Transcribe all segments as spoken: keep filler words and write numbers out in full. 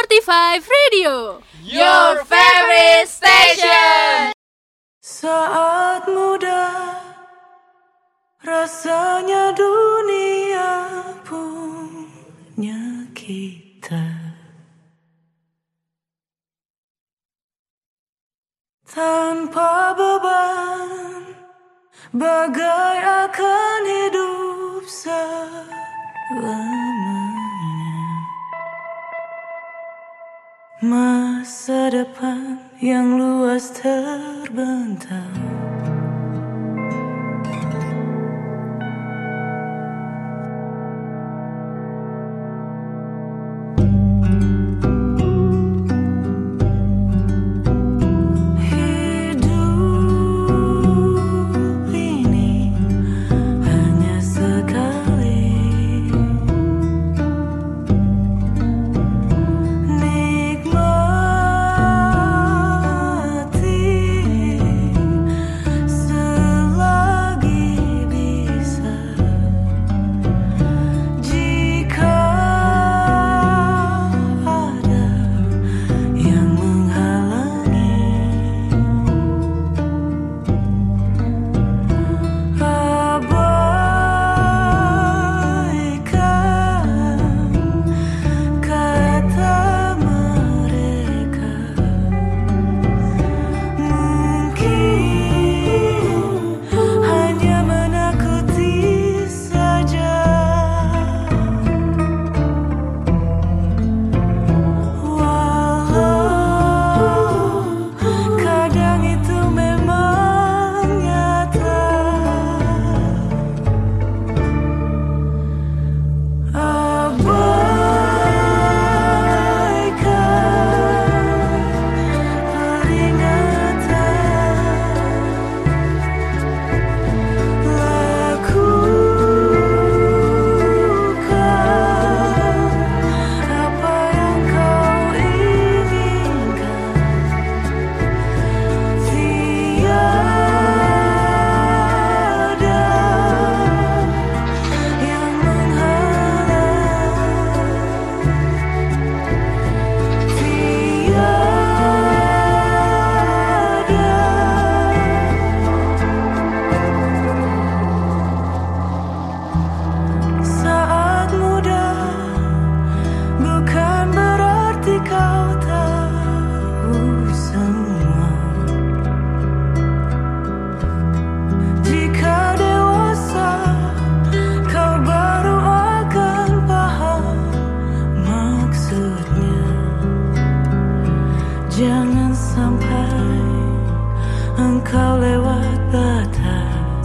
forty-five Radio, your favorite station. Saat muda, rasanya dunia punya kita. Tanpa beban, bagai akan hidup selamanya. Masa depan yang luas terbentang. Jangan sampai engkau lewat batas.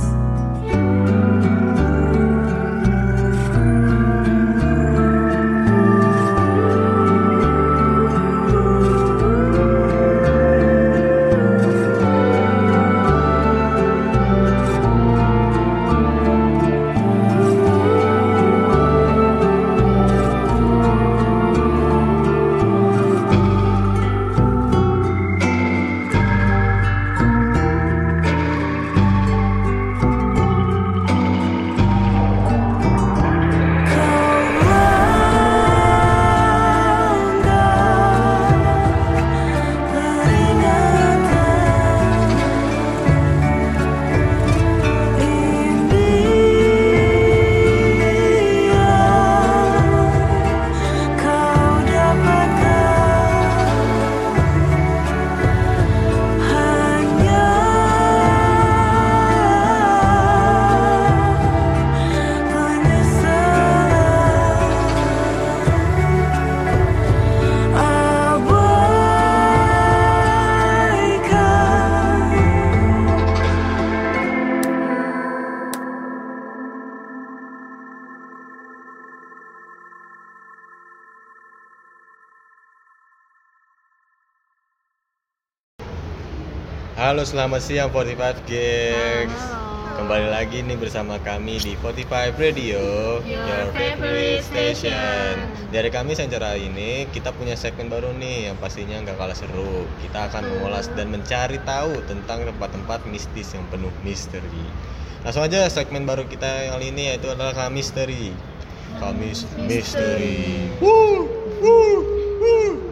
Halo, selamat siang forty-five Gigs. Kembali lagi nih bersama kami di forty-five Radio, your favorite station. Dari kami Sencara ini kita punya segmen baru nih yang pastinya nggak kalah seru. Kita akan mengulas dan mencari tahu tentang tempat-tempat mistis yang penuh misteri. Langsung aja, segmen baru kita yang kali ini yaitu adalah Kamisteri. Kamis Misteri. Woo, woo, woo.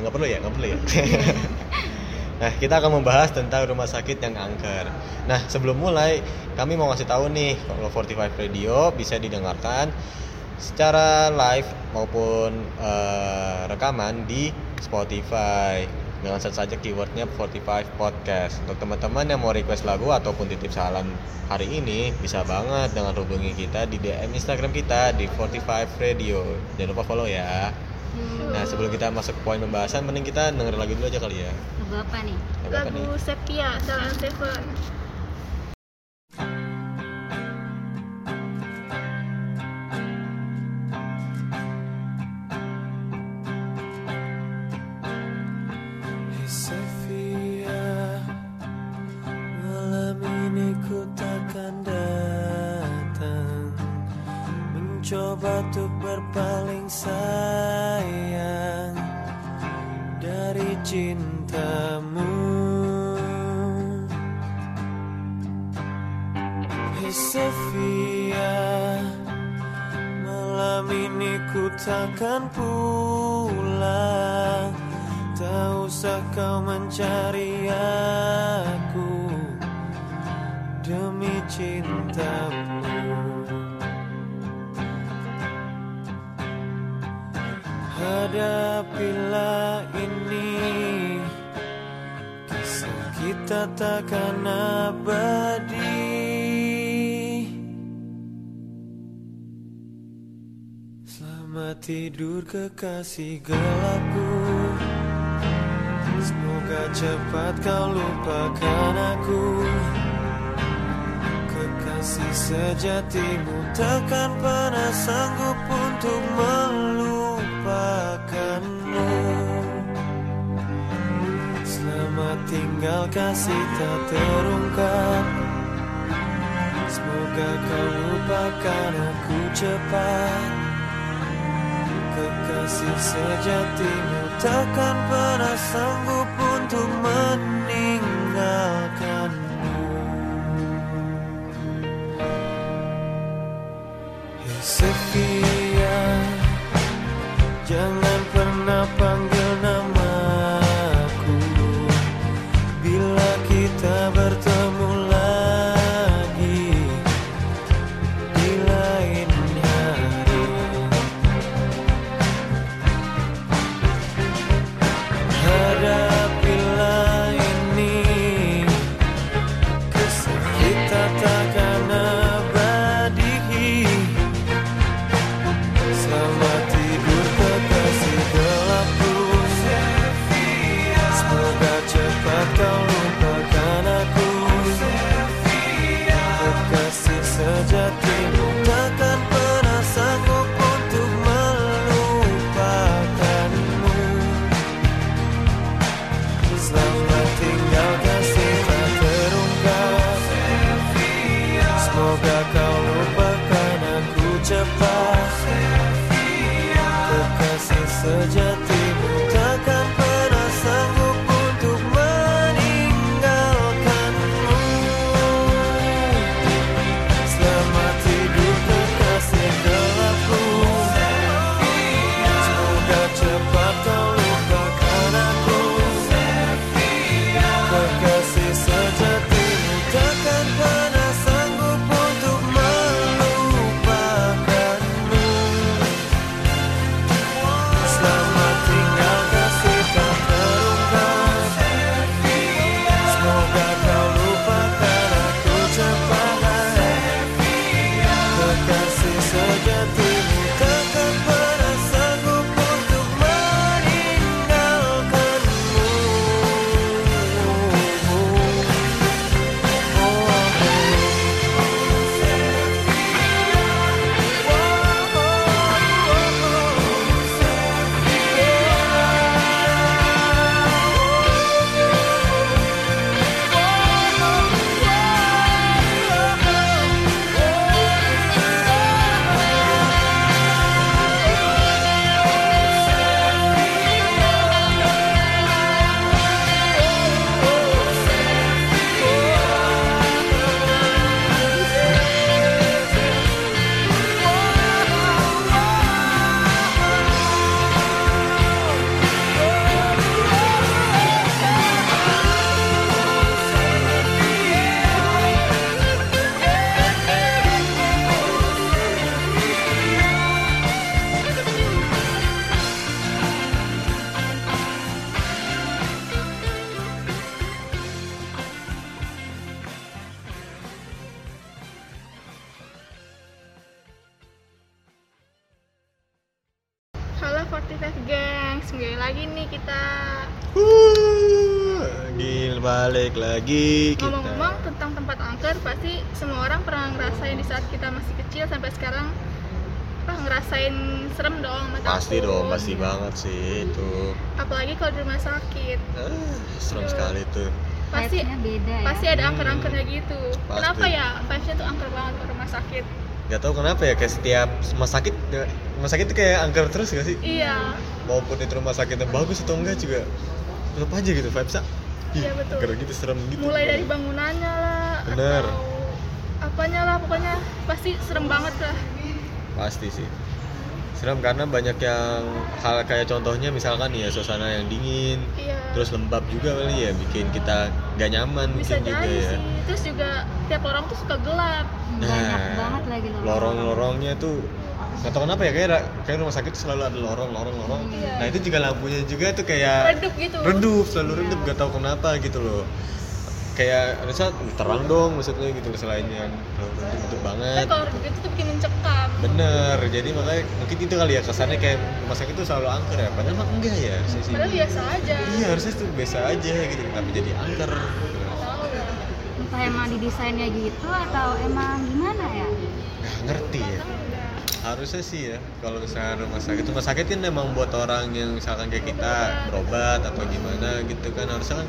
nggak perlu ya, nggak perlu ya. Nah, kita akan membahas tentang rumah sakit yang angker. Nah, sebelum mulai, kami mau ngasih tahu nih, kalau empat puluh lima Radio bisa didengarkan secara live maupun uh, rekaman di Spotify. Dengan search saja keywordnya empat puluh lima Podcast. Untuk teman-teman yang mau request lagu ataupun titip salam hari ini, bisa banget dengan hubungi kita di D M Instagram kita di empat puluh lima Radio. Jangan lupa follow ya. Nah, sebelum kita masuk ke poin pembahasan, mending kita denger lagu dulu aja kali ya. Lagu apa nih? Lagu apa nih? Lagu Sepia, Salam Seven. Hey Sepia, malam ini ku takkan datang, mencoba untuk berpaling sayang dari cintamu. Hey Sepia, malam ini ku takkan pulang, tak usah kau mencari aku demi cintamu. Hadapilah ini, kisah kita takkan abadi. Selamat tidur kekasih gelapku, semoga cepat kau lupakan aku. Kekasih sejatimu takkan pernah sanggup untuk melupakanmu. Selamat tinggal kasih tak terungkap, semoga kau lupakan aku cepat. Kekasih sejatimu takkan pernah sanggup untuk meninggalkanmu. Hey Sepia, jangan pernah panggil namaku bila kita bertemu lagi di lain hari. Hadapilah ini, kisah kita takkan abadi. Selamat tidur kekasih gelapku, semoga cepat kau lupakan aku. Kekasih sejatimu takkan pernah sanggup untuk melupakanmu. Selamat tinggal kasih tak terungkap, semoga kau lupakan aku cepat. Kekasih sejatimu takkan pernah sanggup untuk meninggalkanmu. Selamat tidur kekasih gelapku, semoga cepat kau lupakan aku. Kekasih sejatimu takkan pernah sanggup untuk melupakanmu. Selamat gengs, kembali lagi nih kita. Uh, gil balik lagi kita. Ngomong-ngomong tentang tempat angker, pasti semua orang pernah ngerasain di saat kita masih kecil sampai sekarang. Apa ngerasain serem dong, mata Pasti takut. dong, pasti banget sih itu. Apalagi kalau di rumah sakit. Ah, serem sekali tuh. Pasti Vibes-nya beda ya. pasti ada Hmm. angker-angkernya gitu. Pasti. Kenapa ya? Vibes-nya tuh angker banget ke rumah sakit. Gak tau kenapa ya, kayak setiap rumah sakit rumah sakit tuh kayak angker terus gak sih? Iya. Maupun itu rumah sakitnya bagus atau enggak juga tetap aja gitu vibes-nya. Ih, Iya, betul. angker gitu, serem gitu. Mulai dari bangunannya lah, Bener. atau apanya lah, pokoknya pasti serem banget lah. Pasti sih serem karena banyak yang hal kayak contohnya misalkan ya suasana yang dingin, Iya. terus lembab juga kali ya, bikin kita gak nyaman Bisa mungkin juga jadi ya. sih. Terus juga tiap lorong tuh suka gelap. Banyak banget lagi loh. lorong-lorongnya tuh nggak tahu kenapa ya, kayak kayak rumah sakit selalu ada lorong lorong lorong Iya. Nah itu juga lampunya juga tuh kayak Redup gitu. redup, selalu redup, gak tahu kenapa gitu loh. Kayak harusnya terang dong maksudnya gitu, selain yang redup Tapi banget. kalau redup itu tuh bikin mencekam. Bener, jadi makanya mungkin itu kali ya kesannya kayak rumah sakit itu selalu angker ya, padahal mah enggak ya harusnya sih. Padahal biasa aja. Iya harusnya tuh biasa aja gitu, tapi jadi angker. Nggak tahu ya. Entah emang didesainnya gitu atau emang gimana ya? Nggak ngerti ya. Harusnya sih ya, kalau misalnya rumah sakit, rumah sakit kan emang buat orang yang misalkan kayak kita berobat atau gimana gitu kan, harusnya kan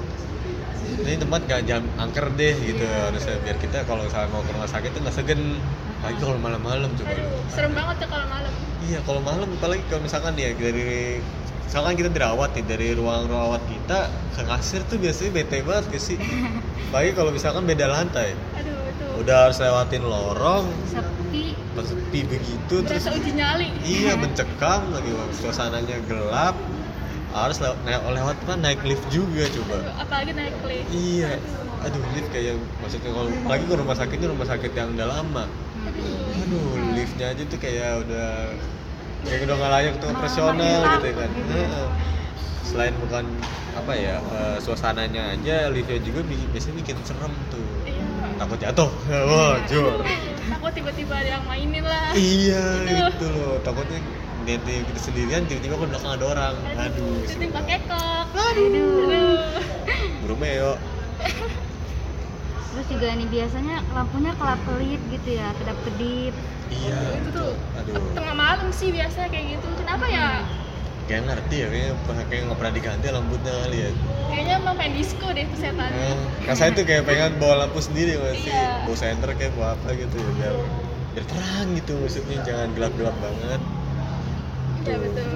ini tempat gak jam angker deh gitu, harusnya biar kita kalau misalnya mau ke rumah sakit tuh nggak segen. Lagi kalau malam-malam coba. Aduh, serem banget ya kalau malam. Iya kalau malam, apalagi kalau misalkan ya dari misalkan kita dirawat nih, dari ruang rawat kita ke kasir tuh biasanya bete banget gak sih? Apalagi kalau misalkan beda lantai, Aduh, itu. udah harus lewatin lorong, Sepi. pas sepi begitu, terus Berasa uji nyali. iya mencekam lagi, suasananya gelap, harus lewat, lewat apa naik lift juga coba. Aduh, apalagi naik lift. Iya, aduh lift kayak maksudnya kalau lagi ke rumah sakitnya rumah sakit yang udah lama, aduh liftnya aja tuh kayak udah kayak udah nggak layak untuk operasional gitu ya kan. Heeh. Selain bukan apa ya, eh, suasananya aja, liftnya juga bikin, biasanya bikin serem tuh. Iya. Takut jatuh, wah jor. Takut tiba-tiba ada yang mainin lah. Iya Aduh. gitu loh, takutnya nanti kita sendirian tiba-tiba ke belakang ada orang. Aduh, Jadi serem pakai banget. kok. Aduh. Aduh. Buru meo. Terus juga nih biasanya lampunya kelap-kelip gitu ya, kedap-kedip. Iya. Itu tuh Aduh. tengah malam sih biasanya kayak gitu. Kenapa ya? Kayak ngerti ya, kayaknya kayak nggak pernah diganti lampunya kali ya. Kayaknya emang pengen disco deh tuh setannya. Eh, kan saya tuh kayak pengen bawa lampu sendiri masih, Iya. bawa senter kayak bawa apa gitu ya, biar biar terang gitu, maksudnya jangan gelap-gelap banget. Iya betul.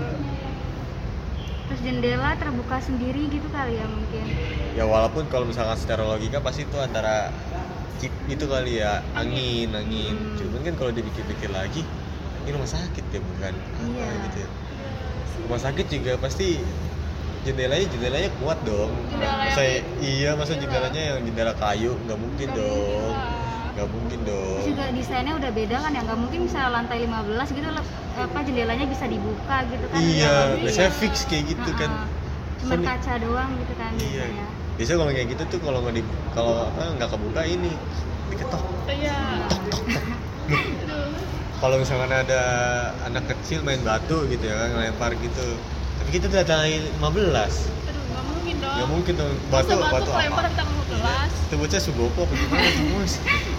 Terus jendela terbuka sendiri gitu kali ya mungkin. Ya walaupun kalau misalkan secara logika pasti itu antara chip itu kali ya, angin angin. Hmm. Cuman kan kalau dipikir-pikir lagi, ini rumah sakit ya bukan apa Iya. gitu ya. Rumah sakit juga pasti jendelanya jendelanya kuat dong. Jendela yang- Masa iya masa Iya. jendelanya yang jendela kayu, nggak mungkin Nggak dong. mungkin lah. Nggak mungkin dong. Terus juga desainnya udah beda kan ya, nggak mungkin misalnya lantai lima belas gitu lep- apa jendelanya bisa dibuka gitu kan. Iya, Nggak biasanya Iya. fix kayak gitu kan. Heeh. Cuma Kan- kaca doang gitu kan Iya. biasanya. Biasanya kalau kayak gitu tuh kalau nggak di kalau apa nggak kebuka ini diketok. Iya. Aduh. Kalau misalkan ada anak kecil main batu gitu ya kan, ngelempar gitu. Tapi kita udah tanggal lima belas. Aduh, nggak mungkin dong. Nggak mungkin dong Masa batu batu kelempar apa? tanggal lima belas. Itu bocah sugopo apa gimana tuh bos?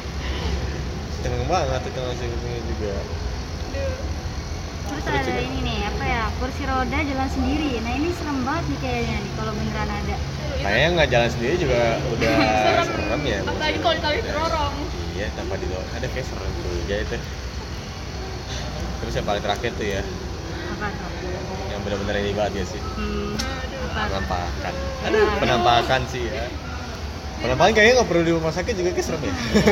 Tenang banget itu langsung juga. Aduh. Terus Terus ada juga- ini nih apa ya, kursi roda jalan sendiri. Nah ini serem banget nih kayaknya nih kalau beneran ada. Aduh, itu Kayaknya nggak jalan sendiri juga udah serem. serem ya. Apalagi kalau ditarik dorong. Iya, tanpa didorong. Ada kayak serem tuh. Jadi itu. Terus yang paling terakhir tuh ya, Apa tuh? yang benar-benar ini banget ya sih. Hmm, Aduh. apa? Penampakan. Nah. Aduh, penampakan sih ya. Penampakan kayaknya nggak perlu di rumah sakit juga kayak serem ya.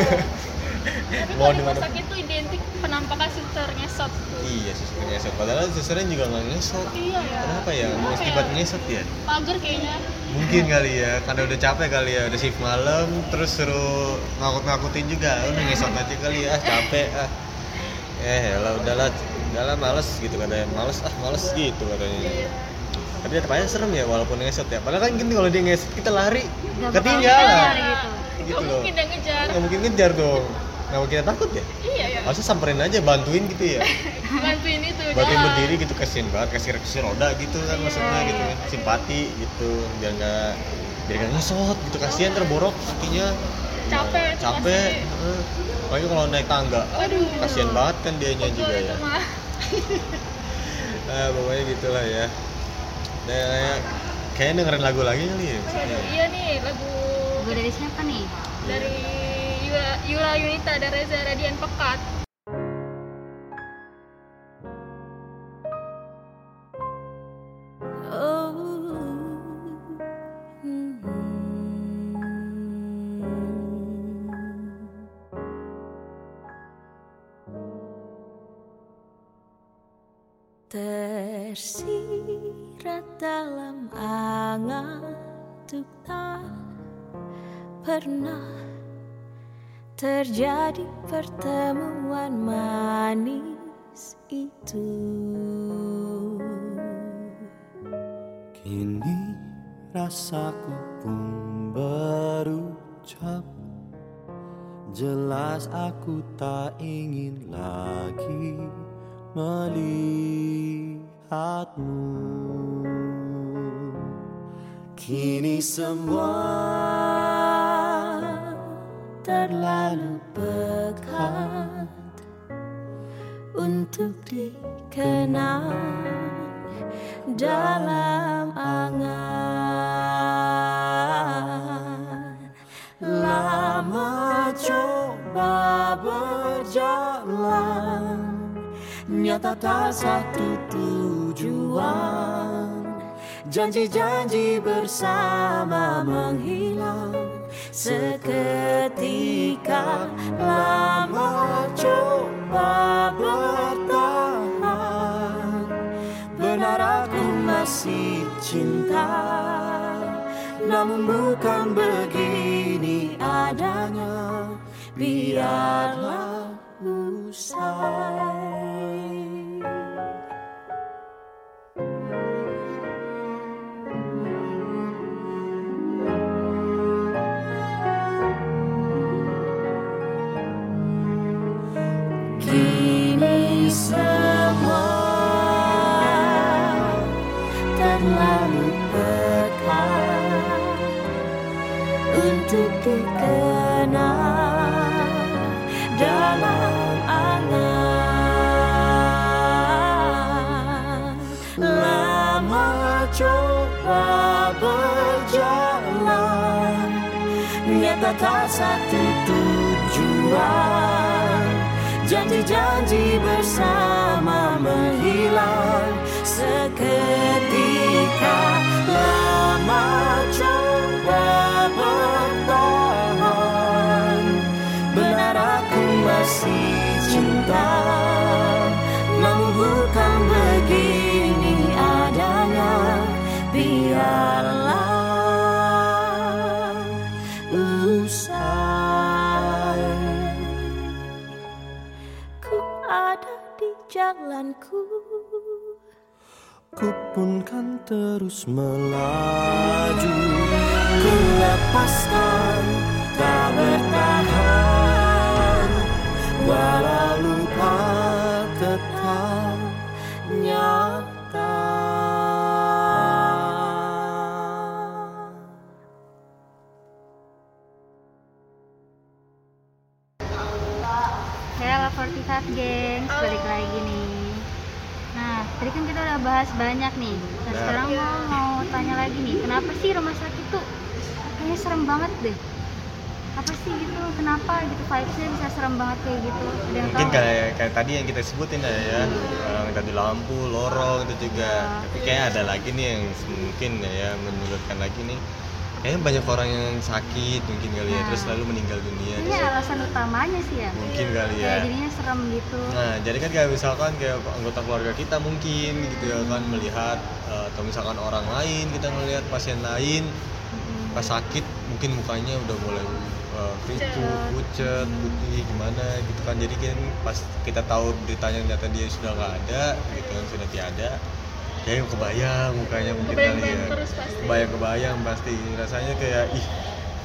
Tapi Mau kalau di di rumah mana? sakit tuh identik penampakan suster ngesot tuh. Iya, suster ngesot. Padahal susternya juga nggak ngesot. Iya ya. Kenapa ya? Mau Kenapa akibat ya? ngesot ya? Pagar kayaknya. Mungkin kali ya, karena udah capek kali ya, udah shift malam, terus suruh ngakut-ngakutin juga, udah ngesot aja kali ya, ah capek ah. Eh, lah udahlah, udahlah males gitu katanya, males ah males gitu katanya. Iya. Tapi tetap aja serem ya walaupun ngesot ya. Padahal kan gini kalau dia ngesot kita lari, Nggak bakal ketinggalan. kejar gitu. Gitu Gak loh. mungkin dia ngejar. Nggak mungkin ngejar dong. Kenapa kita takut ya? Iya ya. harusnya samperin aja, bantuin gitu ya. bantuin itu Bantuin jalan. berdiri gitu, kasihan banget, kasih kursi roda gitu kan maksudnya gitu kan. Simpati gitu, biar nggak biar nggak nyesot gitu, kasihan terborok kakinya. Capek itu Capek. pasti. Heeh. Apalagi kalau naik tangga. Aduh. Kasihan banget kan dianya Betul juga itu ya. mah. Nah, pokoknya gitulah ya. Dan kayaknya dengerin lagu lagi kali ya. Aduh, iya nih lagu Lagu dari siapa nih? dari Yura, Yura Yunita dan Reza Radian Pekat. Tersirat dalam angan untuk tak pernah terjadi pertemuan manis itu. Kini rasaku pun berucap, jelas aku tak ingin lagi melihatmu. Kini semua Terlalu pekat untuk dikenang dalam angan. lama coba berjalan, nyata tak satu tujuan. Janji-janji bersama menghilang seketika. Lama coba bertahan, benar aku masih cinta, namun bukan begini adanya. Biarlah usai. Kini semua terlalu pekat untuk dikenal dalam angan. Lama coba berjalan, nyata tak satu tujuan. Janji-janji bersama menghilang seketika. Lama coba bertahan, benar aku masih cinta, namun bukan begini adanya. Biarlah usai. Ku ada di jalanku, Ku pun kan terus melaju. Ku lepaskan, tak bertahan, walau lupa tetap nyata. Halo empat puluh lima gengs, balik lagi nih. Nah, tadi kan kita udah bahas banyak nih. Nah, Nah. sekarang mau mau tanya lagi nih, kenapa sih rumah sakit tuh kayaknya serem banget deh? Apa sih gitu? Kenapa gitu vibes-nya bisa serem banget kayak gitu? Ada yang Mungkin tahu? kayak kayak tadi yang kita sebutin ya, ya. Orang tadi lampu, lorong itu juga. Tapi kayak ada lagi nih yang mungkin ya menyulitkan lagi nih. Kayaknya banyak orang yang sakit mungkin kali ya, Nah. terus lalu meninggal dunia. Ini Terus- alasan utamanya sih ya. Mungkin kali ya. Kayak jadinya serem gitu. Nah, jadi kan kayak misalkan kayak anggota keluarga kita mungkin gitu ya kan melihat eh, atau misalkan orang lain kita melihat pasien lain pas sakit mungkin mukanya udah mulai eh, keriput, pucet, putih gimana gitu kan. Jadi kan pas kita tahu beritanya ternyata dia sudah nggak ada gitu kan, sudah tiada. Kayak kebayang mukanya mungkin kali ya. Kebayang-kebayang terus pasti. Kebayang-kebayang pasti rasanya kayak ih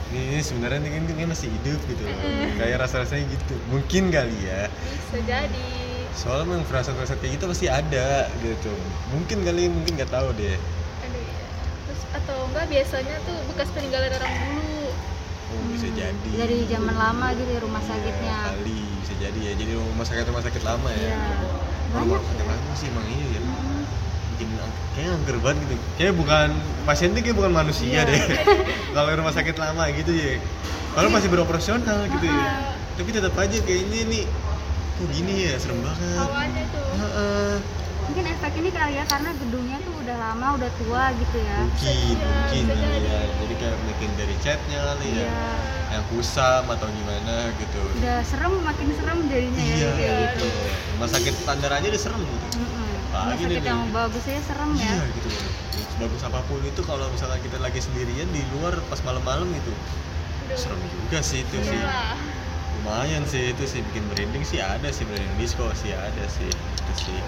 ini, ini sebenarnya ini, ini masih hidup gitu loh. Kayak rasa-rasanya gitu mungkin kali ya, Bisa jadi. soalnya memang firasat-firasat kayak gitu pasti ada gitu, mungkin kali, mungkin nggak tahu deh. Aduh ya. Terus atau enggak biasanya tuh bekas peninggalan orang dulu. Oh bisa jadi Dari zaman lama gitu ya rumah Iya, sakitnya. kali bisa jadi ya, jadi rumah sakit rumah sakit lama ya. Iya. Rumah Banyak. sakit lama sih emang iya ya, bikin ang- kayak angker banget gitu, kayak bukan pasien tuh kayak bukan manusia Iya. deh. Kalau rumah sakit lama gitu ya, kalau masih beroperasional gitu ya, tapi tetap aja kayaknya nih kok gini ya, serem banget. Hawanya tuh. Heeh. Mungkin efek ini kali ya karena gedungnya tuh udah lama, udah tua gitu ya. Mungkin, Iya, mungkin bisa kali jadi. ya. Jadi kayak mungkin dari catnya kali ya, Iya. yang kusam atau gimana gitu. Udah serem, makin serem jadinya ya Iya, kayak gitu. rumah sakit standar aja udah serem gitu. Mm-mm. Rumah Apalagi sakit nih, yang nih. bagus aja serem ya. Iya gitu. Bagus apapun itu kalau misalkan kita lagi sendirian di luar pas malam-malam gitu, Aduh. serem juga sih itu sih. Iyalah. Lumayan sih itu sih, bikin merinding sih ada sih, merinding disco sih ada sih itu sih.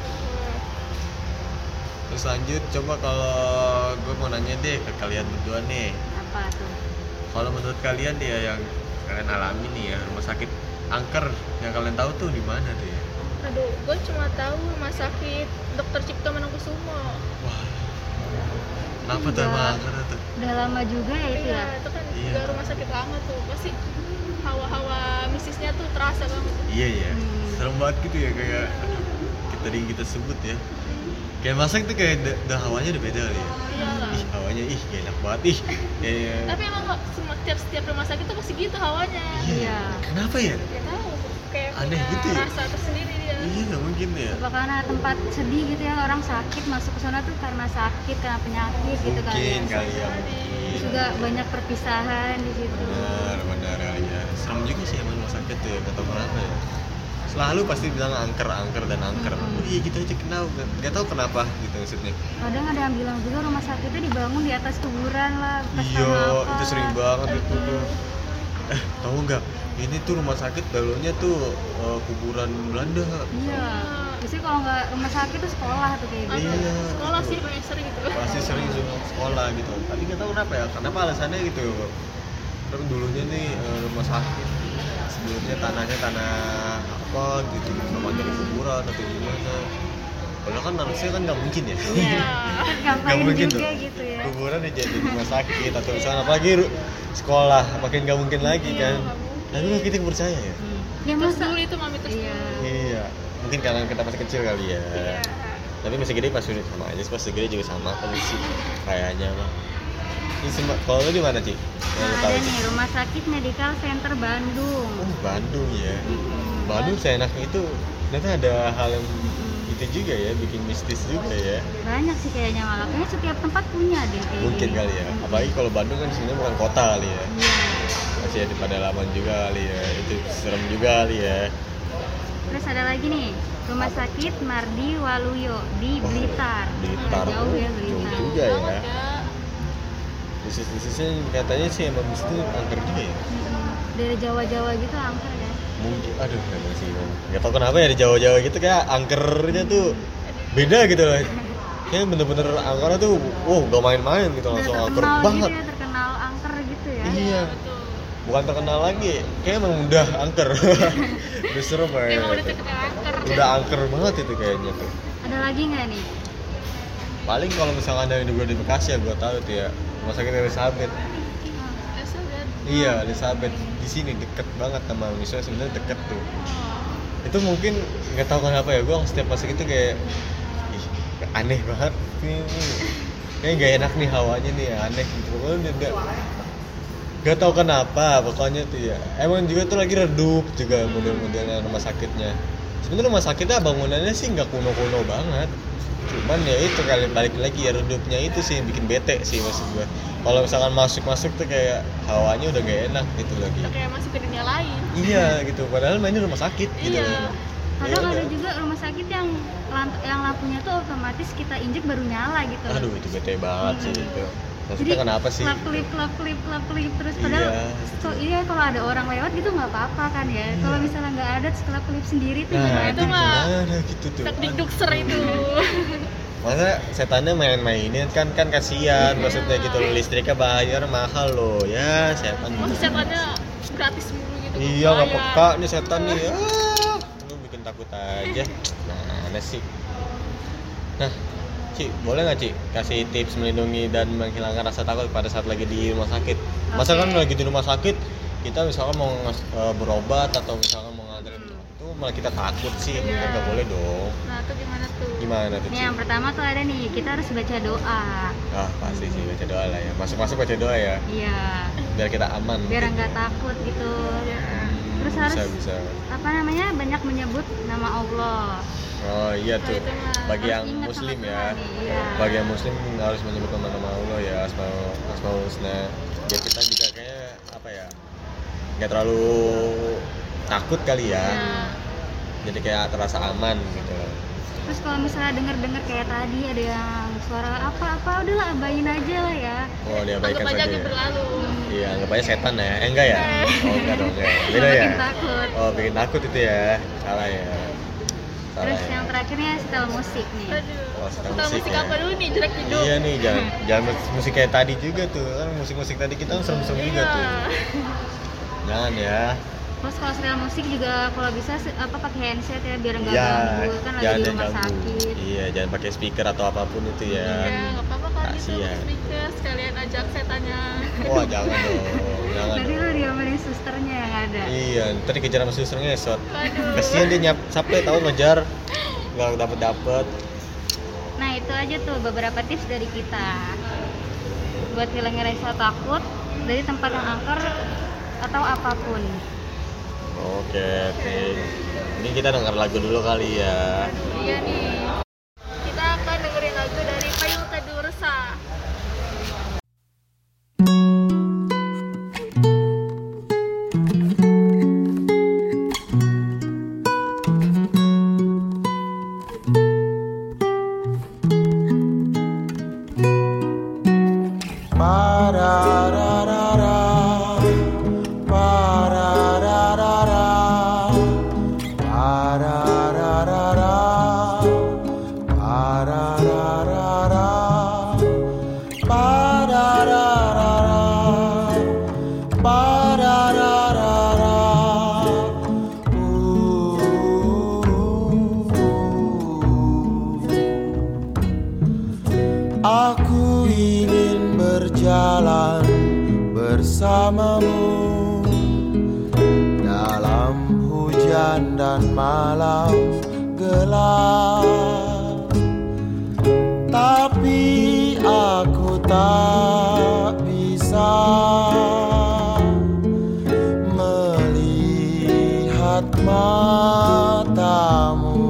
Terus lanjut, coba kalau gue mau nanya deh ke kalian berdua nih, Apa tuh? kalau menurut kalian ya yang kalian alami nih ya, rumah sakit angker yang kalian tahu tuh di mana tuh ya? Aduh, gue cuma tahu rumah sakit Dokter Cipto Mangunkusumo. Wah, kenapa tuh Udah. emang angker tuh? Udah lama juga ya itu Iya, ya. itu kan Iya. juga rumah sakit lama tuh. Pasti hawa-hawa mistisnya tuh terasa banget. Iya ya, Hmm. serem banget gitu ya, kayak aduh, kita tadi kita sebut ya, kayak masak tuh kayak da- dah hawanya udah beda kali ya. Iyalah. Ih hawanya ih gak enak banget ih. Kayak Tapi emang kok semua tiap setiap rumah sakit tuh pasti gitu hawanya. Iya. Kenapa ya? Gak tahu, kayak Aneh punya gitu ya? rasa tersendiri dia. Iya nggak mungkin ya. Apa karena tempat sedih gitu ya, orang sakit masuk ke sana tuh karena sakit, karena penyakit gitu kali ya. Mungkin kali ya. Mungkin. Terus juga banyak perpisahan di situ. Benar benar kali ya. Serem juga sih emang rumah sakit tuh ya, gak tau kenapa ya. Selalu pasti bilang angker angker dan angker. Mm-mm. Oh iya gitu aja kenal, gak, gak tau kenapa gitu maksudnya. Kadang ada yang bilang juga rumah sakitnya dibangun di atas kuburan lah. bekas Iya, tanah apa. itu sering banget itu tuh. Eh, tahu nggak? Ini tuh rumah sakit dulunya tuh eh, kuburan Belanda. Iya. Biasanya kalau nggak rumah sakit tuh sekolah tuh kayak gitu. Iya. Sekolah sih paling sering gitu. Pasti sering juga sekolah gitu. Tapi nggak tahu kenapa ya. Kenapa alasannya gitu? Terus dulunya nih eh, rumah sakit. Sebelumnya tanahnya tanah apa gitu, sama jadi kuburan atau gimana? Padahal kan harusnya kan nggak mungkin ya. Iya. Ngapain mungkin juga tuh. gitu ya. Kuburan dijadi rumah sakit atau misalnya apalagi ru- sekolah, makin nggak mungkin lagi Iya, kan. nggak mungkin. Tapi kok kita percaya ya? Ya Terus masa dulu itu mami terus Iya. dulu. Iya, mungkin karena kita masih kecil kali ya. Iya. Tapi masih gede pas udah sama aja, pas gede juga sama kan sih kayaknya mah. Ini semua, kalau lu di mana Ci? Yang lu Nah, tahu ada Ci? nih Rumah Sakit Medical Center Bandung. Oh Bandung ya. Mm-mm. Bandung seenaknya itu ternyata ada hal yang itu juga ya, bikin mistis juga ya. Banyak sih kayaknya malah. Kayaknya setiap tempat punya deh kayak Mungkin gini. kali ya. Apalagi kalau Bandung kan sebenarnya bukan kota kali ya. Iya. Masih ada pedalaman juga kali ya. Itu serem juga kali ya. Terus ada lagi nih Rumah Sakit Mardi Waluyo di Oh, Blitar. Blitar. Jauh ya Jauh Blitar. juga ya. Banget ya. Bisnis-bisnisnya katanya sih emang bisnis itu angker juga ya. Mm-mm. Dari Jawa-Jawa gitu angker ya. Mungkin, aduh emang sih emang. Gak tau kenapa ya di Jawa-Jawa gitu kayak angkernya tuh beda gitu loh. Kayak bener-bener angkernya tuh, wow gak main-main gitu, Udah langsung angker terkenal banget. gitu ya, terkenal angker gitu ya. Iya, Betul. bukan terkenal lagi, kayak emang udah angker. Udah serem ya. Emang udah terkenal angker. Udah angker banget itu kayaknya tuh. Ada lagi nggak nih? Paling kalau misalkan ada yang juga di Bekasi ya gue tahu tuh ya, rumah sakit Elizabeth. Eh, lihat. Iya, Elizabeth di sini deket banget sama misalnya sebenarnya deket tuh. Oh. Itu mungkin nggak tahu kenapa ya, gue setiap masuk itu kayak ih, aneh banget nih, kayak nggak enak nih hawanya nih, aneh gitu. Pokoknya nggak nggak tahu kenapa, pokoknya tuh ya. Emang juga tuh lagi redup juga model-modelnya rumah sakitnya. Sebenarnya rumah sakitnya bangunannya sih nggak kuno-kuno banget. Cuman ya itu kali balik lagi ya, redupnya itu sih yang bikin bete sih maksud gue. Kalau misalkan masuk-masuk tuh kayak hawanya udah gak enak gitu lagi. Udah kayak masuk ke dunia lain. Iya gitu, padahal mainnya rumah sakit gitu. Iya. Kadang Ya ada udah. juga rumah sakit yang lant- yang lampunya tuh otomatis kita injek baru nyala gitu. Aduh itu bete banget sih Hmm. itu. Maksudnya kenapa sih? Klap klip klap klip klap klip terus padahal Iya. so, iya kalau ada orang lewat gitu nggak apa-apa kan ya. Iya. Kalau misalnya nggak ada terus klap klip sendiri tuh Nah gimana? itu mah gimana gitu tuh. Teknik dukser itu. Masa setannya main-mainin kan kan kasihan, maksudnya gitu listriknya bayar mahal loh ya setan. Masa setannya gratis mulu gitu. Iya nggak bayar. peka nih setan nih, ah, lu bikin takut aja. Nah, aneh sih. Nah, Ci, boleh nggak Ci kasih tips melindungi dan menghilangkan rasa takut pada saat lagi di rumah sakit? Masa kan lagi di rumah sakit kita misalkan mau nges- uh, berobat atau misalkan mau nganterin itu malah kita takut sih, Iya. kan nggak boleh dong. Nah, itu gimana tuh? Gimana tuh Nih Ci? yang pertama tuh ada nih, kita harus baca doa. Ah pasti sih baca doa lah ya. Masuk-masuk baca doa ya, Iya, biar kita aman. biar mungkin. nggak takut gitu. Hmm, Terus bisa, harus bisa. apa namanya banyak menyebut nama Allah. Oh iya tuh. itu mah Bagi harus yang ingat muslim sama ya. Tuhan, iya. Bagi yang muslim harus menyebut nama-nama Allah ya, asmaul asmaul husna. Ya kita juga kayak apa ya? Nggak terlalu takut kali ya. Ya, Jadi kayak terasa aman gitu. Terus kalau misalnya denger-denger kayak tadi ada yang suara apa-apa, udahlah abain aja lah ya. Oh diabaikan anggap aja saja. lagi Ya. berlalu. Iya, anggap aja setan ya. Eh enggak ya? Oh enggak dong, enggak. Beda Nggak ya? bikin takut. Oh, bikin takut itu ya. Salah ya. Salah Terus ya. yang terakhirnya setel musik nih. Aduh. Oh, setel Kita musik musik ya. apa dulu nih jelek hidup? Iya nih, jangan jangan musik kayak tadi juga tuh. Kan musik-musik tadi kita kan serem-serem juga Iya. tuh. Jangan ya. Terus kalau setel musik juga kalau bisa se- apa pakai handset ya biar nggak Iya, ganggu kan lagi jangan di rumah ganggu. sakit. Iya, jangan pakai speaker atau apapun itu ya. Iya, nggak apa-apa kan itu Kasian. speaker sekalian ajak setannya. Wah, jangan dong. Jangan. Nanti dong. lu diomelin susternya yang ada. Iya, ntar dikejar sama suster ngesot. Aduh. Kasian dia nyap sampai tahu ngejar nggak dapet dapet. Nah itu aja tuh beberapa tips dari kita buat hilangin rasa takut dari tempat yang angker atau apapun. Oke, Ting. Ini kita denger lagu dulu kali ya. Iya nih. Kita akan dengerin lagu dari Payung Teduh Resah. Parararara, parararara, parararara, parararara, parararara, parararara. Aku ingin berjalan bersamamu dalam hujan dan malam gelap, tapi aku tak bisa melihat matamu.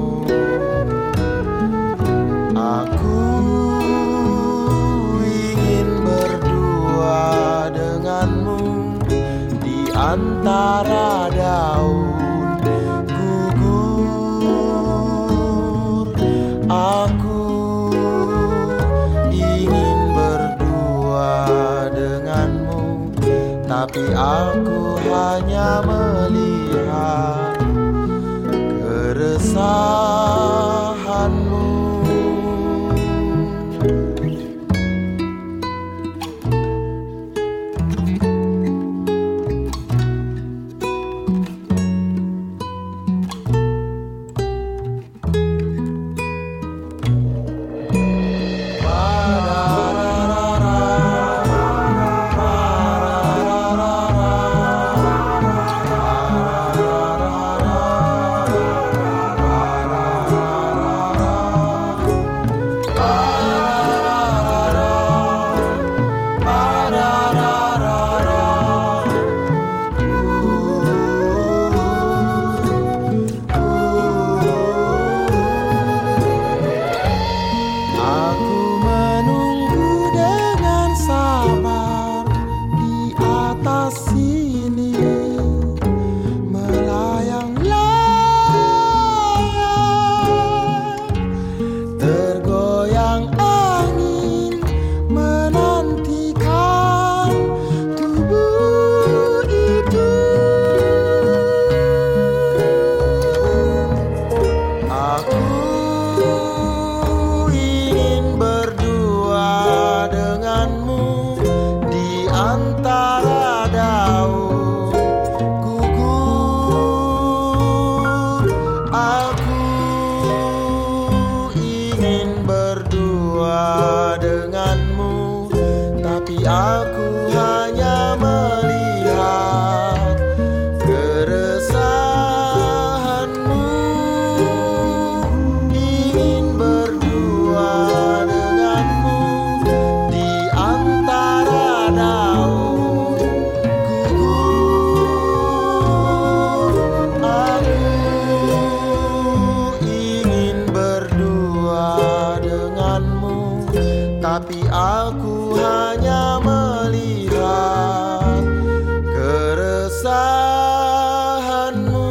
Aku ingin berdua denganmu di antara daun gugur. Aku ingin berdua denganmu, tapi aku hanya melihat keresahanmu. Parararara, tapi aku hanya melihat keresahanmu. Ingin berdua denganmu di antara daun gugur. Aku ingin berdua denganmu, tapi aku hanya melihat keresahanmu.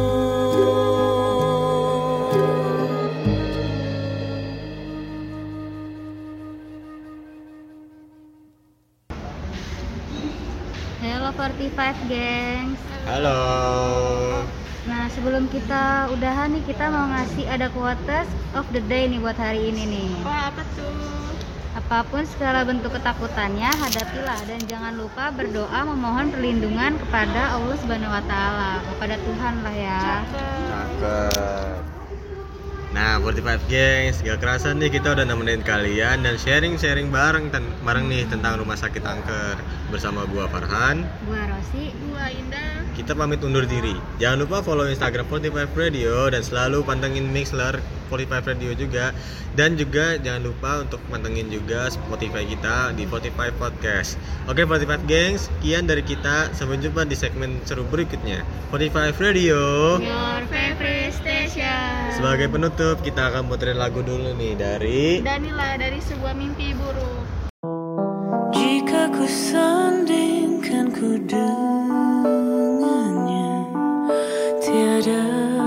Hello forty-five gengs. Halo. Nah sebelum kita udahan nih, kita mau ngasih ada quotes of the day nih buat hari ini nih. Wah, apa tuh? Apapun segala bentuk ketakutannya, hadapilah dan jangan lupa berdoa memohon perlindungan kepada Allah Subhanahu wa taala, kepada Tuhan lah ya. Cakep. Nah, forty-five gengs, gak kerasa nih kita udah nemenin kalian dan sharing-sharing bareng ten- bareng nih tentang rumah sakit kanker bersama gua Farhan. Gua Rosi. Gua Indah. Kita pamit undur diri. Jangan lupa follow Instagram forty-five Radio dan selalu pantengin Mixler forty-five Radio juga. Dan juga jangan lupa untuk pantengin juga Spotify kita di forty-five Podcast. Oke forty-five gengs, sekian dari kita. Sampai jumpa di segmen seru berikutnya. forty-five Radio, Your favorite station. sebagai penutup kita akan muterin lagu dulu nih dari Danila dari Sebuah Mimpi Buruk. Jika ku sandingkan ku dengannya, tiada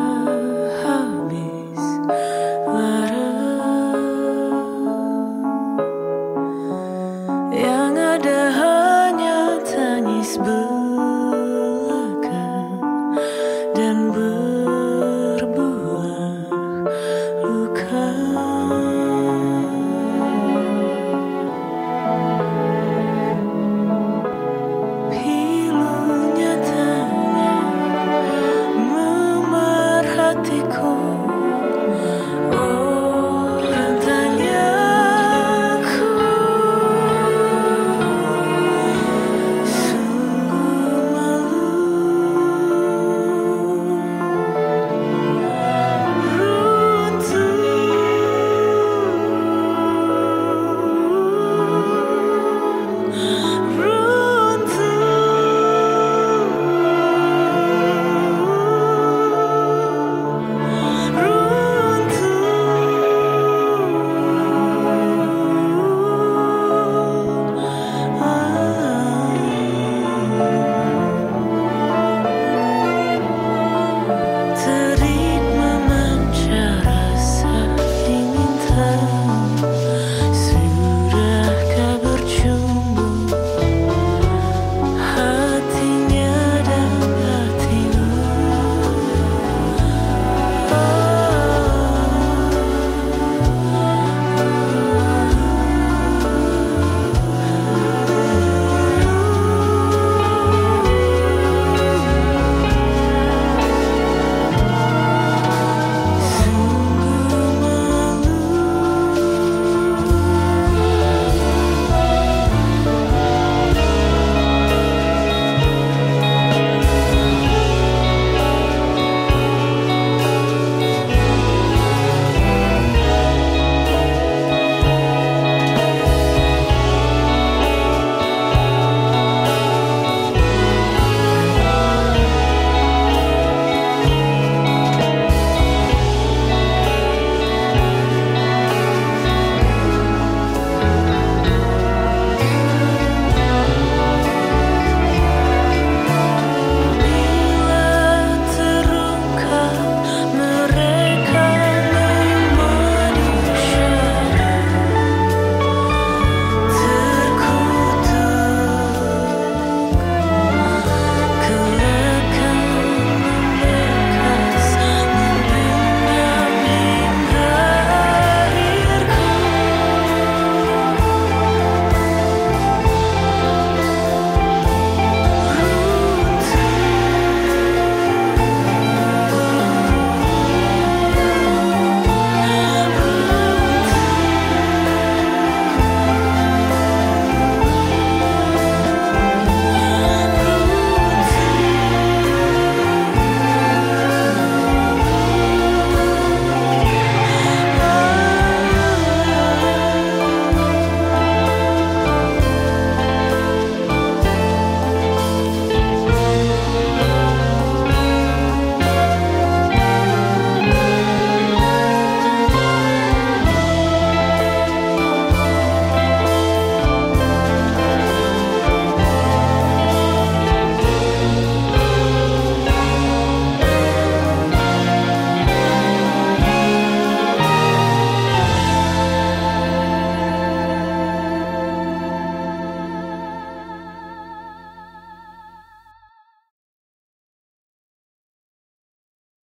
habis lara. Yang ada hanya tangis ber